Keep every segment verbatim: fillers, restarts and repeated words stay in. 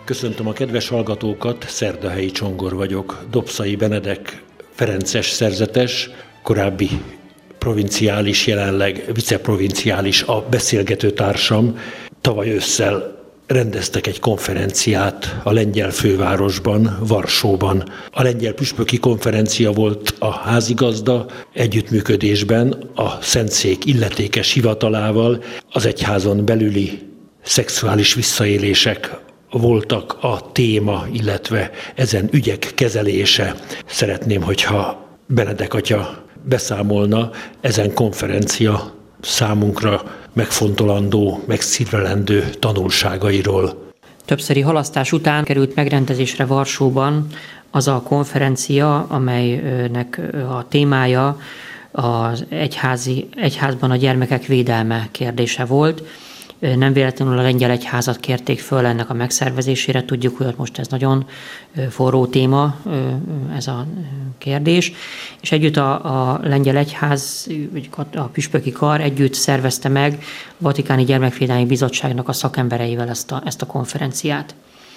Köszöntöm a kedves hallgatókat, Szerdahelyi Csongor vagyok, Dobszai Benedek ferences szerzetes, korábbi provinciális, jelenleg viceprovinciális a beszélgető társam. Tavaly ősszel rendeztek egy konferenciát a lengyel fővárosban, Varsóban. A lengyel püspöki konferencia volt a házigazda, együttműködésben a Szentszék illetékes hivatalával. Az egyházon belüli szexuális visszaélések voltak a téma, illetve ezen ügyek kezelése. Szeretném, hogyha Benedek atya beszámolna ezen konferencia számunkra megfontolandó, megszívlelendő tanulságairól. Többszöri halasztás után került megrendezésre Varsóban az a konferencia, amelynek a témája az egyházi, egyházban a gyermekek védelme kérdése volt. Nem véletlenül a lengyel egyházat kérték föl ennek a megszervezésére. Tudjuk, hogy most ez nagyon forró téma, ez a kérdés. És együtt a, a lengyel egyház, a püspöki kar együtt szervezte meg a Vatikáni Gyermekvédelmi Bizottságnak a szakembereivel ezt a, ezt a konferenciát.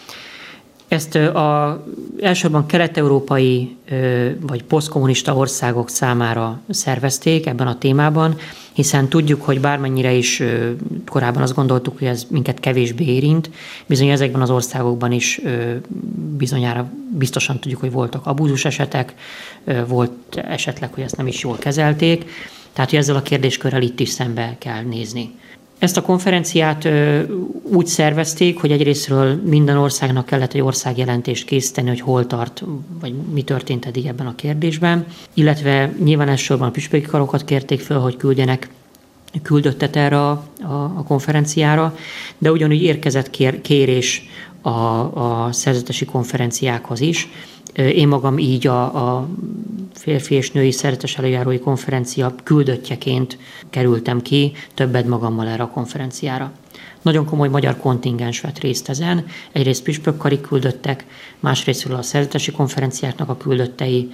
Ezt a, elsősorban kelet-európai vagy posztkommunista országok számára szervezték ebben a témában, hiszen tudjuk, hogy bármennyire is korábban azt gondoltuk, hogy ez minket kevésbé érint, bizony ezekben az országokban is bizonyára biztosan tudjuk, hogy voltak abúzus esetek, volt esetleg, hogy ezt nem is jól kezelték, tehát hogy ezzel a kérdéskörrel itt is szembe kell nézni. Ezt a konferenciát úgy szervezték, hogy egyrésztről minden országnak kellett egy országjelentést készíteni, hogy hol tart, vagy mi történt eddig ebben a kérdésben, illetve nyilván elsősorban a püspöki karokat kérték föl, hogy küldjenek küldöttet erre a, a, a konferenciára, de ugyanúgy érkezett kér, kérés a, a szerzetesi konferenciákhoz is. Én magam így a, a férfi és női szerzetes előjárói konferencia küldöttjeként kerültem ki, többet magammal erre a konferenciára. Nagyon komoly magyar kontingens vett részt ezen, egyrészt püspökkari küldöttek, másrésztről a szerzetesi konferenciáknak a küldöttei,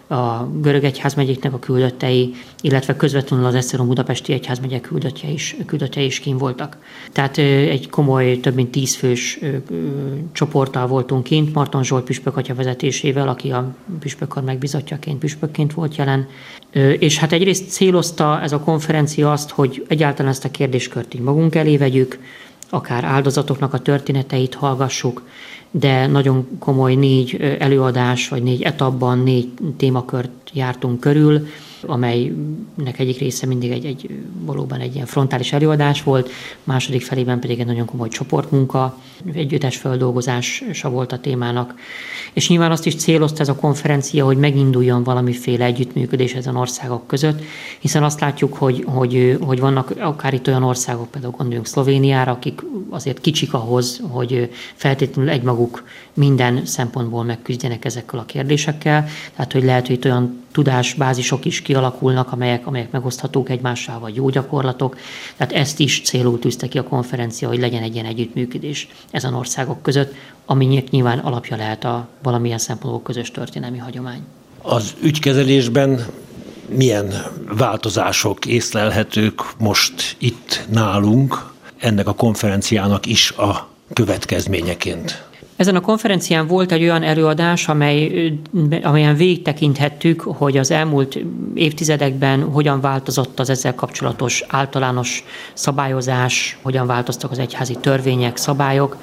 a görög egyházmegyéknek a küldöttei, illetve közvetlenül az Esztergom budapesti egyházmegye küldöttje is, küldöttjei is kín voltak. Tehát egy komoly, több mint tíz fős csoporttal voltunk kint, Marton Zsolt püspök atya vezetésével, aki a püspökkar megbízottjaként, püspökként volt jelen. És hát egyrészt célozta ez a konferencia azt, hogy egyáltalán ezt a kérdéskört így magunk elé vegyük, akár áldozatoknak a történeteit hallgassuk, de nagyon komoly négy előadás, vagy négy etapban négy témakört jártunk körül, amelynek egyik része mindig egy, egy valóban egy ilyen frontális előadás volt, második felében pedig egy nagyon komoly csoportmunka, együttes feldolgozása volt a témának. És nyilván azt is célozta ez a konferencia, hogy meginduljon valamiféle együttműködés ezen országok között, hiszen azt látjuk, hogy, hogy, hogy vannak akár itt olyan országok, például gondoljunk Szlovéniára, akik azért kicsik ahhoz, hogy feltétlenül egymaguk minden szempontból megküzdjenek ezekkel a kérdésekkel. Tehát, hogy lehet, hogy itt olyan tudásbázisok is kialakulnak, amelyek, amelyek megoszthatók egymással, vagy jó gyakorlatok. Tehát ezt is célul tűzte ki a konferencia, hogy legyen egy ilyen együttműködés ezen országok között, aminek nyilván alapja lehet a valamilyen szempontból közös történelmi hagyomány. Az ügykezelésben milyen változások észlelhetők most itt nálunk, ennek a konferenciának is a következményeként? Ezen a konferencián volt egy olyan előadás, amely, amelyen végigtekinthettük, hogy az elmúlt évtizedekben hogyan változott az ezzel kapcsolatos általános szabályozás, hogyan változtak az egyházi törvények, szabályok.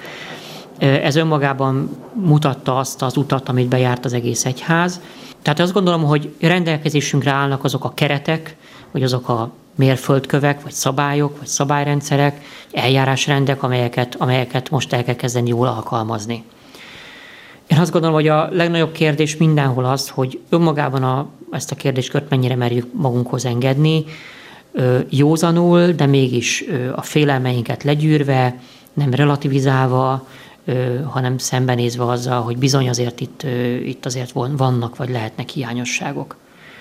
Ez önmagában mutatta azt az utat, amit bejárt az egész egyház. Tehát azt gondolom, hogy rendelkezésünkre állnak azok a keretek, vagy azok a mérföldkövek, vagy szabályok, vagy szabályrendszerek, eljárásrendek, amelyeket, amelyeket most el kell kezdeni jól alkalmazni. Én azt gondolom, hogy a legnagyobb kérdés mindenhol az, hogy önmagában a, ezt a kérdéskört mennyire merjük magunkhoz engedni, józanul, de mégis a félelmeinket legyűrve, nem relativizálva, hanem szembenézve azzal, hogy bizony azért itt, itt azért vannak, vagy lehetnek hiányosságok.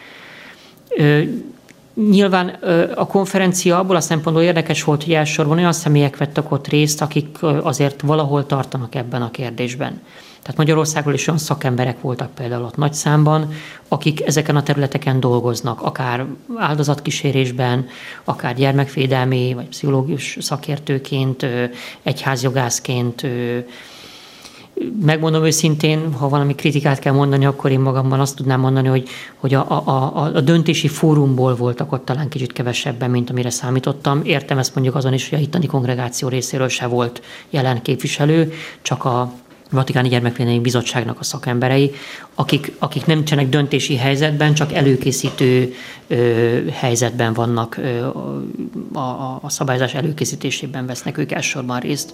Nyilván a konferencia abból a szempontból érdekes volt, hogy elsősorban olyan személyek vettek ott részt, akik azért valahol tartanak ebben a kérdésben. Tehát Magyarországról is olyan szakemberek voltak például ott nagy számban, akik ezeken a területeken dolgoznak, akár áldozatkísérésben, akár gyermekvédelmi vagy pszichológus szakértőként, egyházjogászként, Megmondom őszintén, ha valami kritikát kell mondani, akkor én magamban azt tudnám mondani, hogy, hogy a, a, a, a döntési fórumból voltak ott talán kicsit kevesebben, mint amire számítottam. Értem ezt mondjuk azon is, hogy a itteni kongregáció részéről se volt jelen képviselő, csak a Vatikáni Gyermekvédelmi Bizottságnak a szakemberei, akik, akik nem nincsenek döntési helyzetben, csak előkészítő ö, helyzetben vannak, ö, a, a, a szabályozás előkészítésében vesznek ők elsősorban részt.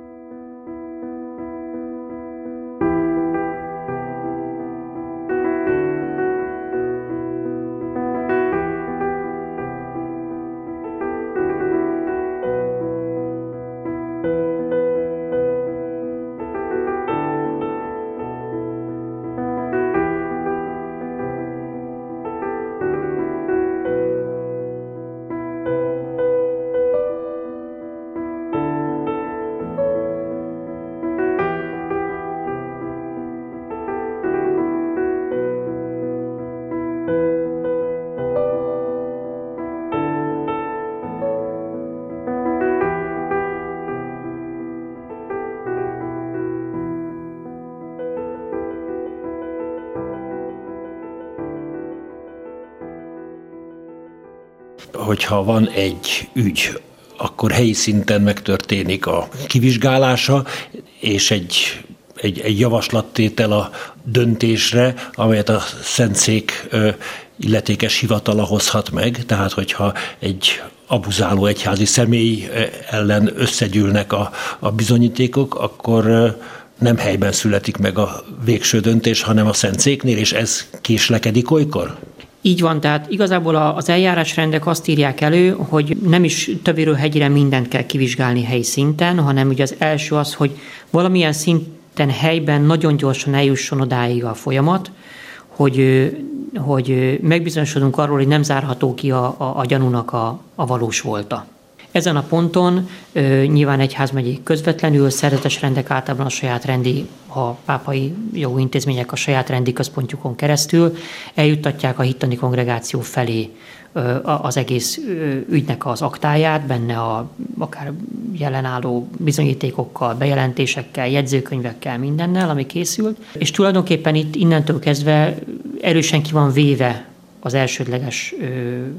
Hogyha van egy ügy, akkor helyi szinten megtörténik a kivizsgálása, és egy, egy, egy javaslattétel a döntésre, amelyet a Szentszék illetékes hivatala hozhat meg. Tehát, hogyha egy abuzáló egyházi személy ellen összegyűlnek a, a bizonyítékok, akkor nem helyben születik meg a végső döntés, hanem a Szentszéknél, és ez késlekedik olykor? Így van, tehát igazából az eljárásrendek azt írják elő, hogy nem is többéről hegyire mindent kell kivizsgálni helyi szinten, hanem ugye az első az, hogy valamilyen szinten helyben nagyon gyorsan eljusson odáig a folyamat, hogy, hogy megbizonyosodunk arról, hogy nem zárható ki a, a, a gyanúnak a, a valós volta. Ezen a ponton ö, nyilván egyházmegyék közvetlenül, szerzetes rendek általában a saját rendi, a pápai jogintézmények a saját rendi központjukon keresztül eljuttatják a hittani kongregáció felé ö, az egész ö, ügynek az aktáját, benne a, akár jelenálló bizonyítékokkal, bejelentésekkel, jegyzőkönyvekkel, mindennel, ami készült. És tulajdonképpen itt innentől kezdve erősen ki van véve az elsődleges ö,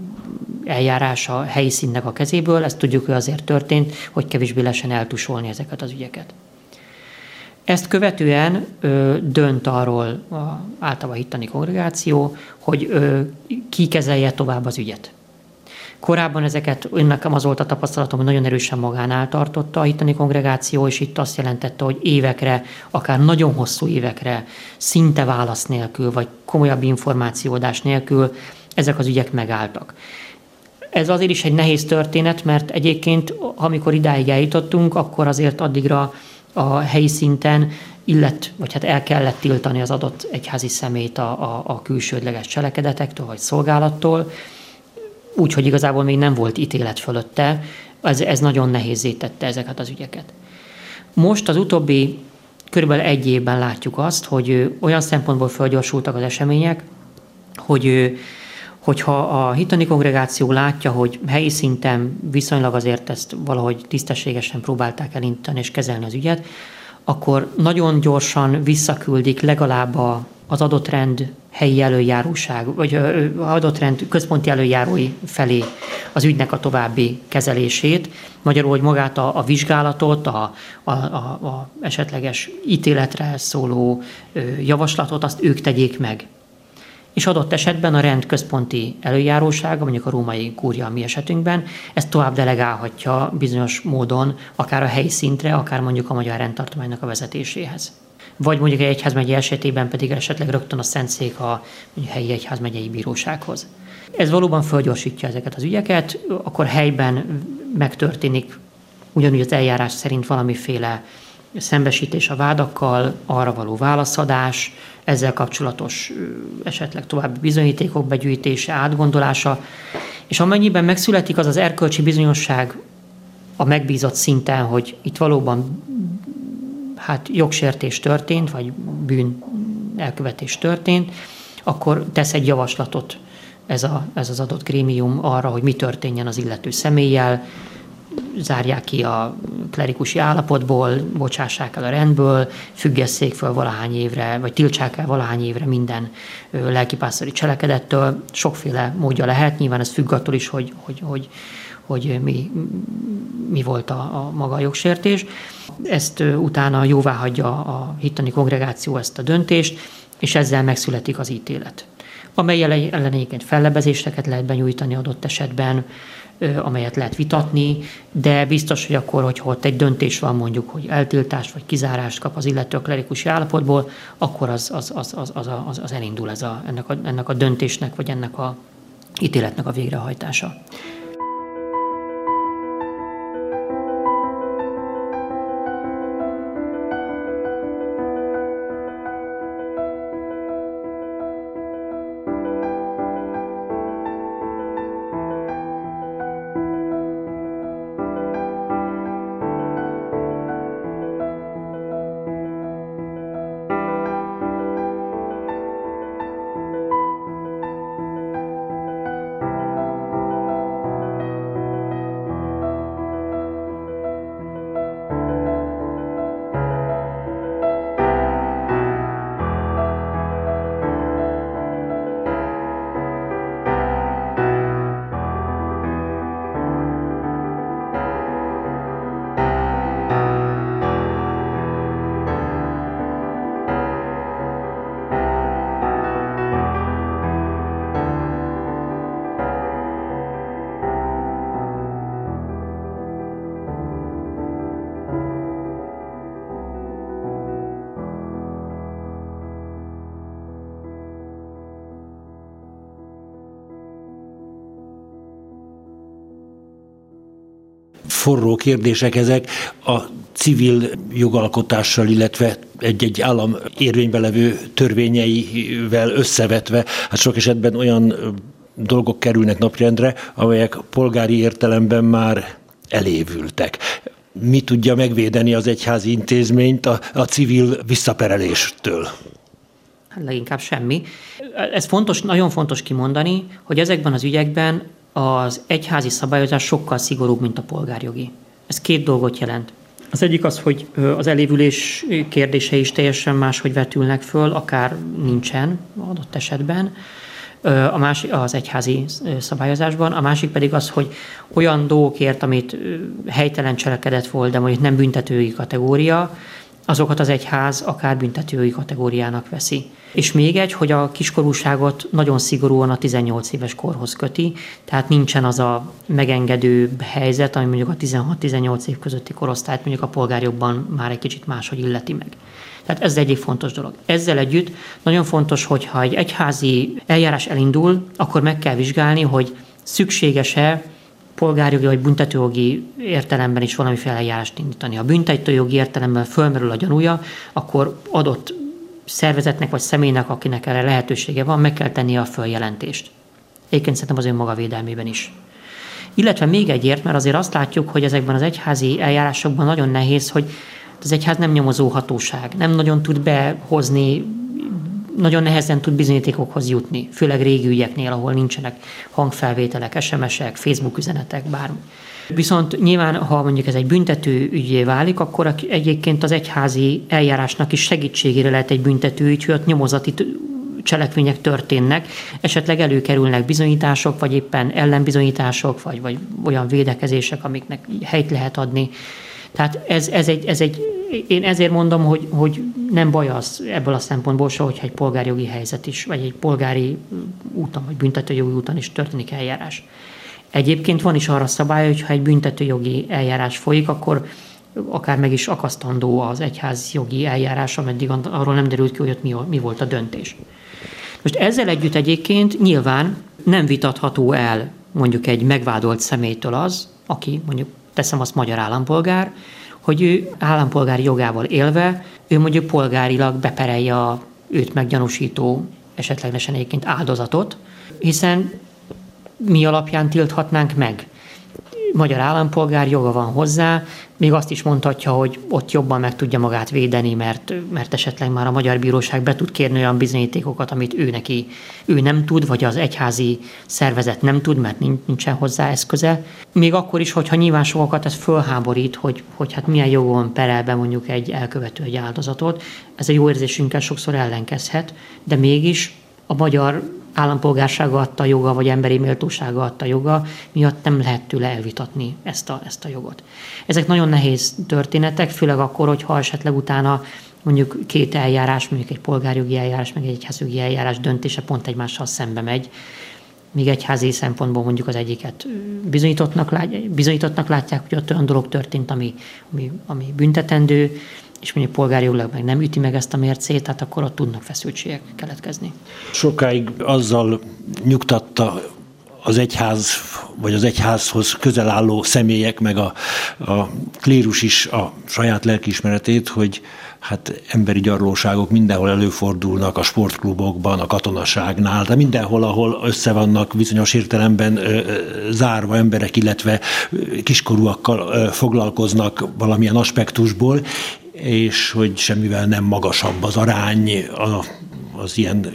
eljárás a helyi színnek a kezéből. Ezt tudjuk, hogy azért történt, hogy kevésbé lehessen eltusolni ezeket az ügyeket. Ezt követően ö, dönt arról a általában hittani kongregáció, hogy ö, ki kezelje tovább az ügyet. Korábban ezeket, nekem az volt a tapasztalatom, hogy nagyon erősen magánál tartotta a hittani kongregáció, és itt azt jelentette, hogy évekre, akár nagyon hosszú évekre, szinte válasz nélkül, vagy komolyabb információadás nélkül ezek az ügyek megálltak. Ez azért is egy nehéz történet, mert egyébként, amikor idáig eljutottunk, akkor azért addigra a helyi szinten illet, vagy hát el kellett tiltani az adott egyházi személyt a, a, a külsődleges cselekedetektől, vagy szolgálattól, úgyhogy igazából még nem volt ítélet fölötte, ez, ez nagyon nehézzé tette ezeket az ügyeket. Most az utóbbi körülbelül egy évben látjuk azt, hogy olyan szempontból felgyorsultak az események, hogy hogyha a hittani kongregáció látja, hogy helyi szinten viszonylag azért ezt valahogy tisztességesen próbálták elindítani és kezelni az ügyet, akkor nagyon gyorsan visszaküldik legalább az adott rend helyi előjáróság, vagy adott rend központi előjárói felé az ügynek a további kezelését. Magyarul, hogy magát a, a vizsgálatot, a, a, a, a esetleges ítéletre szóló javaslatot, azt ők tegyék meg. És adott esetben a rend központi előjárósága, mondjuk a római kúria a mi esetünkben, ezt tovább delegálhatja bizonyos módon, akár a helyi szintre, akár mondjuk a magyar rendtartománynak a vezetéséhez. Vagy mondjuk egy egyházmegye esetében pedig esetleg rögtön a Szentszék a helyi egyházmegyei bírósághoz. Ez valóban fölgyorsítja ezeket az ügyeket, akkor helyben megtörténik ugyanúgy az eljárás szerint valamiféle szembesítés a vádakkal, arra való válaszadás, ezzel kapcsolatos esetleg további bizonyítékok begyűjtése, átgondolása, és amennyiben megszületik az az erkölcsi bizonyosság a megbízott szinten, hogy itt valóban hát jogsértés történt, vagy bűn elkövetés történt, akkor tesz egy javaslatot ez, a, ez az adott grémium arra, hogy mi történjen az illető személlyel, zárják ki a klerikusi állapotból, bocsássák el a rendből, függesszék föl valahány évre, vagy tiltsák el valahány évre minden lelkipásztori cselekedettől. Sokféle módja lehet, nyilván ez függ attól is, hogy, hogy, hogy, hogy mi, mi volt a, a maga a jogsértés. Ezt utána jóváhagyja a hittani kongregáció ezt a döntést, és ezzel megszületik az ítélet, amely ellen egyébként fellebezéseket lehet benyújtani adott esetben, amelyet lehet vitatni, de biztos, hogy akkor, hogyha ott egy döntés van mondjuk, hogy eltiltást vagy kizárást kap az illető a klerikusi állapotból, akkor az, az, az, az, az, az, az elindul ez a, ennek, a, ennek a döntésnek, vagy ennek a ítéletnek a végrehajtása. Forró kérdések ezek a civil jogalkotással, illetve egy-egy állam érvényben levő törvényeivel összevetve, hát sok esetben olyan dolgok kerülnek napirendre, amelyek polgári értelemben már elévültek. Mi tudja megvédeni az egyházi intézményt a, a civil visszapereléstől? Leginkább semmi. Ez fontos, nagyon fontos kimondani, hogy ezekben az ügyekben az egyházi szabályozás sokkal szigorúbb, mint a polgárjogi. Ez két dolgot jelent. Az egyik az, hogy az elévülés kérdései is teljesen máshogy vetülnek föl, akár nincsen adott esetben a másik, az egyházi szabályozásban. A másik pedig az, hogy olyan dolgokért, amit helytelen cselekedet volt, de mondjuk nem büntetőjogi kategória, azokat az egyház akár büntetőjogi kategóriának veszi. És még egy, hogy a kiskorúságot nagyon szigorúan a tizennyolc éves korhoz köti, tehát nincsen az a megengedőbb helyzet, ami mondjuk a tizenhat-tizennyolc év közötti korosztályt mondjuk a polgárjogban már egy kicsit máshogy illeti meg. Tehát ez egyik fontos dolog. Ezzel együtt nagyon fontos, hogy ha egy egyházi eljárás elindul, akkor meg kell vizsgálni, hogy szükséges-e polgárjogi vagy büntetőjogi értelemben is valamiféle eljárást indítani. Ha büntetőjogi értelemben fölmerül a gyanúja, akkor adott szervezetnek vagy személynek, akinek erre lehetősége van, meg kell tennie a följelentést. Egyébként szerintem az önmaga védelmében is. Illetve még egyért, mert azért azt látjuk, hogy ezekben az egyházi eljárásokban nagyon nehéz, hogy az egyház nem nyomozó hatóság, nem nagyon tud behozni, nagyon nehezen tud bizonyítékokhoz jutni, főleg régi ügyeknél, ahol nincsenek hangfelvételek, es em es-ek, Facebook üzenetek, bármi. Viszont nyilván, ha mondjuk ez egy büntető ügyé válik, akkor egyébként az egyházi eljárásnak is segítségére lehet egy büntető ügy, hogy ott nyomozati cselekmények történnek, esetleg előkerülnek bizonyítások, vagy éppen ellenbizonyítások, vagy, vagy olyan védekezések, amiknek helyt lehet adni. Tehát ez, ez, egy, ez egy, én ezért mondom, hogy, hogy nem baj az ebből a szempontból se, hogyha egy polgárjogi helyzet is, vagy egy polgári úton, vagy büntetőjogi úton is történik eljárás. Egyébként van is arra szabály, hogy ha egy büntetőjogi eljárás folyik, akkor akár meg is akasztandó az egyházjogi eljárás, ameddig arról nem derült ki, hogy ott mi, mi volt a döntés. Most ezzel együtt egyébként nyilván nem vitatható el mondjuk egy megvádolt személytől az, aki mondjuk teszem azt magyar állampolgár, hogy ő állampolgári jogával élve, ő mondjuk polgárilag beperelje a őt meggyanúsító, esetlegesen egyébként áldozatot, hiszen mi alapján tilthatnánk meg? magyar állampolgár, joga van hozzá, még azt is mondhatja, hogy ott jobban meg tudja magát védeni, mert, mert esetleg már a magyar bíróság be tud kérni olyan bizonyítékokat, amit ő neki ő nem tud, vagy az egyházi szervezet nem tud, mert nincsen hozzá eszköze. Még akkor is, hogyha nyilván sokakat ez fölháborít, hogy, hogy hát milyen jogon perel be mondjuk egy elkövető egy áldozatot, ez a jó érzésünkkel sokszor ellenkezhet, de mégis a magyar állampolgársága adta joga, vagy emberi méltósága adta joga, miatt nem lehet tőle elvitatni ezt a, ezt a jogot. Ezek nagyon nehéz történetek, főleg akkor, hogyha esetleg utána mondjuk két eljárás, mondjuk egy polgárjogi eljárás, meg egy egyházjogi eljárás döntése pont egymással szembe megy, míg egyházi szempontból mondjuk az egyiket bizonyítottnak, lát, bizonyítottnak látják, hogy ott olyan dolog történt, ami, ami, ami büntetendő, és mondjuk polgárjogilag meg nem üti meg ezt a mércét, tehát akkor ott tudnak feszültségek keletkezni. Sokáig azzal nyugtatta az egyház, vagy az egyházhoz közel álló személyek, meg a, a klérus is a saját lelkiismeretét, hogy hát emberi gyarlóságok mindenhol előfordulnak, a sportklubokban, a katonaságnál, de mindenhol, ahol össze vannak bizonyos értelemben ö, zárva emberek, illetve kiskorúakkal ö, foglalkoznak valamilyen aspektusból, és hogy semmivel nem magasabb az arány az ilyen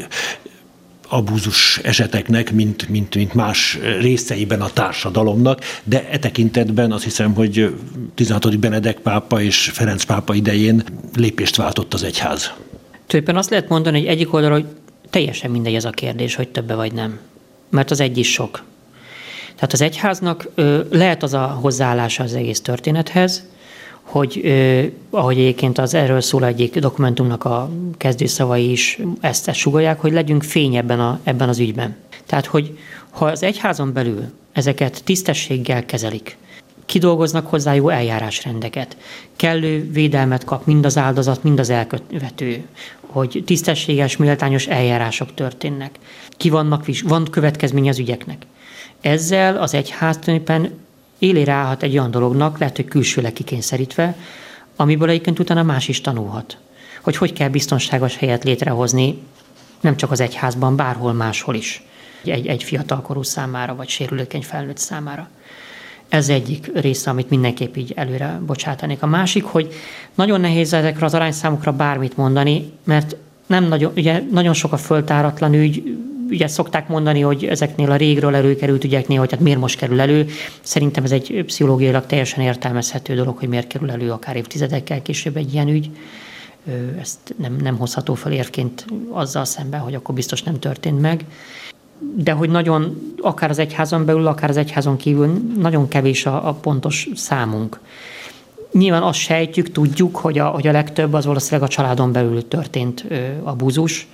abúzus eseteknek, mint, mint, mint más részeiben a társadalomnak, de e tekintetben azt hiszem, hogy tizenhatodik Benedek pápa és Ferenc pápa idején lépést váltott az egyház. Tulajdonképpen azt lehet mondani, hogy egyik oldalról, hogy teljesen mindegy ez a kérdés, hogy többe vagy nem. Mert az egy is sok. Tehát az egyháznak lehet az a hozzáállása az egész történethez, hogy eh, ahogy egyébként az erről szól egyik dokumentumnak a kezdőszavai is ezt, ezt sugallják, hogy legyünk fény ebben, a, ebben az ügyben. Tehát, hogy ha az egyházon belül ezeket tisztességgel kezelik, kidolgoznak hozzá jó eljárásrendeket, kellő védelmet kap mind az áldozat, mind az elkövető, hogy tisztességes, méltányos eljárások történnek, ki vannak, van következménye az ügyeknek. Ezzel az egyház tulajdonképpen élére állhat egy olyan dolognak, lehet, hogy külsőleg kikényszerítve, amiből egyébként utána más is tanulhat. Hogy hogy kell biztonságos helyet létrehozni, nem csak az egyházban, bárhol máshol is. Egy, egy fiatalkorú számára, vagy sérülékeny felnőtt számára. Ez egyik része, amit mindenképp így előre bocsátanék. A másik, hogy nagyon nehéz ezekre az arányszámokra bármit mondani, mert nem nagyon, ugye nagyon sok a föltáratlan ügy. Ugye szokták mondani, hogy ezeknél a régről előkerült ügyeknél, hogy hát miért most kerül elő. Szerintem ez egy pszichológiailag teljesen értelmezhető dolog, hogy miért kerül elő akár évtizedekkel később egy ilyen ügy. Ezt nem, nem hozható fel érvként azzal szemben, hogy akkor biztos nem történt meg. De hogy nagyon, akár az egyházon belül, akár az egyházon kívül nagyon kevés a, a pontos számunk. Nyilván azt sejtjük, tudjuk, hogy a, hogy a legtöbb az valószínűleg a családon belül történt ö, abúzus,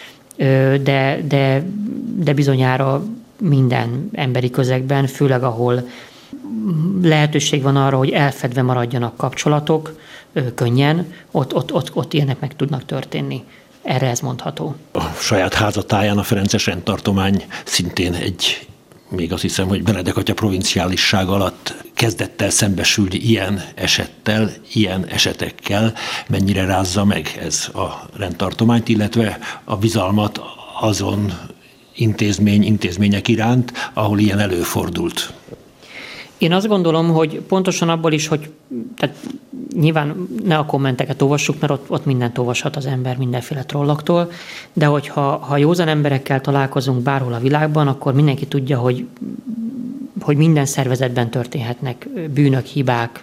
De, de, de bizonyára minden emberi közegben, főleg ahol lehetőség van arra, hogy elfedve maradjanak kapcsolatok könnyen, ott, ott, ott, ott ilyenek meg tudnak történni. Erre ez mondható. A saját házatáján a ferences rendtartomány szintén egy, még azt hiszem, hogy Benedek atya provinciálisság alatt kezdett el szembesülni ilyen esettel, ilyen esetekkel, mennyire rázza meg ez a rendtartományt, illetve a bizalmat azon intézmény, intézmények iránt, ahol ilyen előfordult. Én azt gondolom, hogy pontosan abból is, hogy tehát nyilván ne a kommenteket olvassuk, mert ott, ott mindent olvashat az ember mindenféle trollaktól, de hogyha ha józan emberekkel találkozunk bárhol a világban, akkor mindenki tudja, hogy, hogy minden szervezetben történhetnek bűnök, hibák.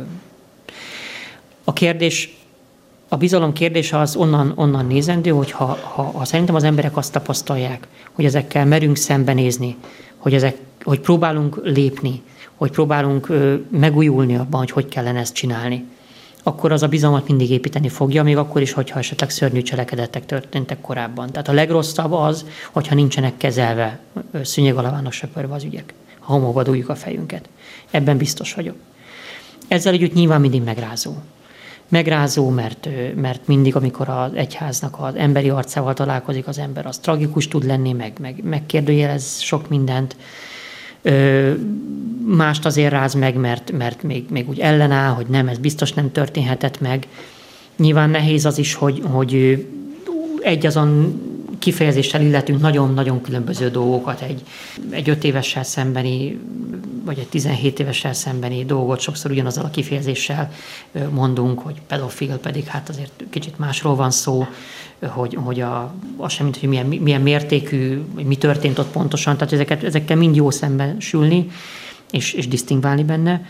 A kérdés, a bizalom kérdése az onnan, onnan nézendő, hogy ha, ha, ha szerintem az emberek azt tapasztalják, hogy ezekkel merünk szembenézni, hogy, ezek, hogy próbálunk lépni, hogy próbálunk ö, megújulni abban, hogy hogy kellene ezt csinálni, akkor az a bizalmat mindig építeni fogja, még akkor is, hogyha esetleg szörnyű cselekedetek történtek korábban. Tehát a legrosszabb az, hogyha nincsenek kezelve, szőnyeg alá vannak söpörve az ügyek, ha homokba dugjuk a fejünket. Ebben biztos vagyok. Ezzel együtt nyilván mindig megrázó. Megrázó, mert, mert mindig, amikor az egyháznak az emberi arcával találkozik az ember, az tragikus tud lenni, meg, meg, megkérdőjelez sok mindent. Ö, mást azért ráz meg, mert, mert még, még úgy ellenáll, hogy nem, ez biztos nem történhetett meg. Nyilván nehéz az is, hogy, hogy egy azon kifejezéssel illetünk nagyon-nagyon különböző dolgokat. Egy, egy öt évessel szembeni, vagy egy tizenhét évessel szembeni dolgot sokszor ugyanazzal a kifejezéssel mondunk, hogy pedofil, pedig hát azért kicsit másról van szó, hogy, hogy a, az sem, mint, hogy milyen, milyen mértékű, mi történt ott pontosan, tehát ezeket, ezekkel mind jó szembesülni, és, és disztingválni benne.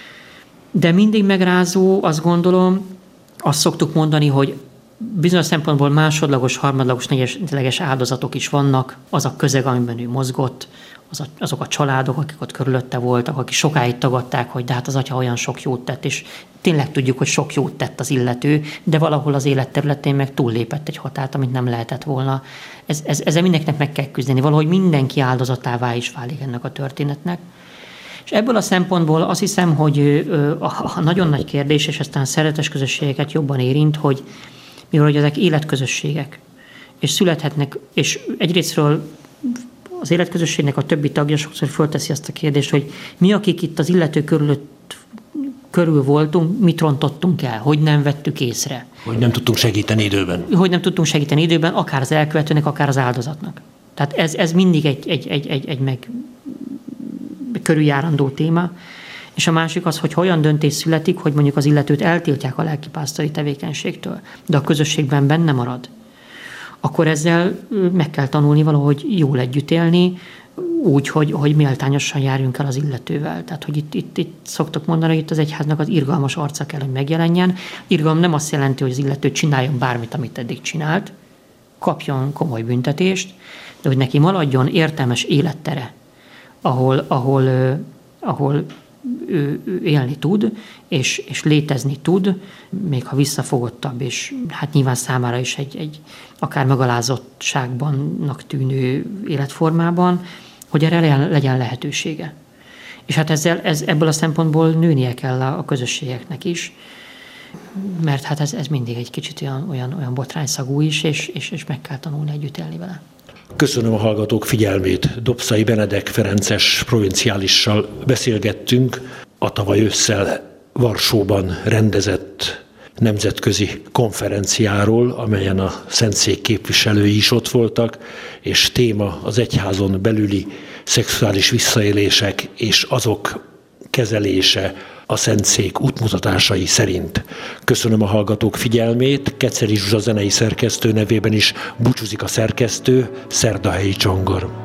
De mindig megrázó, azt gondolom, azt szoktuk mondani, hogy bizonyos szempontból másodlagos, harmadlagos, negyedleges áldozatok is vannak, az a közeg, amiben ő mozgott, az a, azok a családok, akik ott körülötte voltak, akik sokáig tagadták, hogy de hát az atya olyan sok jót tett, és tényleg tudjuk, hogy sok jót tett az illető, de valahol az életterületén meg túllépett egy határt, amit nem lehetett volna. Ez, ez, ezzel mindenkinek meg kell küzdeni, valahogy mindenki áldozatává is válik ennek a történetnek. És ebből a szempontból azt hiszem, hogy a nagyon nagy kérdés, és aztán szeretes közösségeket jobban érint, hogy mivel hogy ezek életközösségek, és születhetnek, és egyrésztről az életközösségnek a többi tagja sokszor fölteszi azt a kérdést, hogy mi, akik itt az illető körül, körül voltunk, mit rontottunk el, hogy nem vettük észre. Hogy nem tudtunk segíteni időben. Hogy nem tudtunk segíteni időben, akár az elkövetőnek, akár az áldozatnak. Tehát ez, ez mindig egy, egy, egy, egy, egy meg körüljárandó téma. És a másik az, hogy olyan döntés születik, hogy mondjuk az illetőt eltiltják a lelkipásztori tevékenységtől, de a közösségben benne marad, akkor ezzel meg kell tanulni valahogy jól együtt élni, úgy, hogy, hogy méltányosan járjunk el az illetővel. Tehát, hogy itt, itt, itt szoktak mondani, hogy itt az egyháznak az irgalmas arca kell, hogy megjelenjen. Irgalom nem azt jelenti, hogy az illető csináljon bármit, amit eddig csinált, kapjon komoly büntetést, de hogy neki maradjon értelmes élettere, ahol, ahol, ahol ő, ő élni tud, és, és létezni tud, még ha visszafogottabb, és hát nyilván számára is egy, egy akár megalázottságbannak tűnő életformában, hogy erre legyen lehetősége. És hát ezzel, ez, ebből a szempontból nőnie kell a, a közösségeknek is, mert hát ez, ez mindig egy kicsit olyan, olyan, olyan botrányszagú is, és, és, és meg kell tanulni együtt élni vele. Köszönöm a hallgatók figyelmét. Dobszai Benedek ferences provinciálissal beszélgettünk a tavaly ősszel Varsóban rendezett nemzetközi konferenciáról, amelyen a Szentszék képviselői is ott voltak, és téma az egyházon belüli szexuális visszaélések és azok kezelése a Szentszék útmutatásai szerint. Köszönöm a hallgatók figyelmét, Keceri Zsuzsa zenei szerkesztő nevében is búcsúzik a szerkesztő, Szerdahelyi Csongor.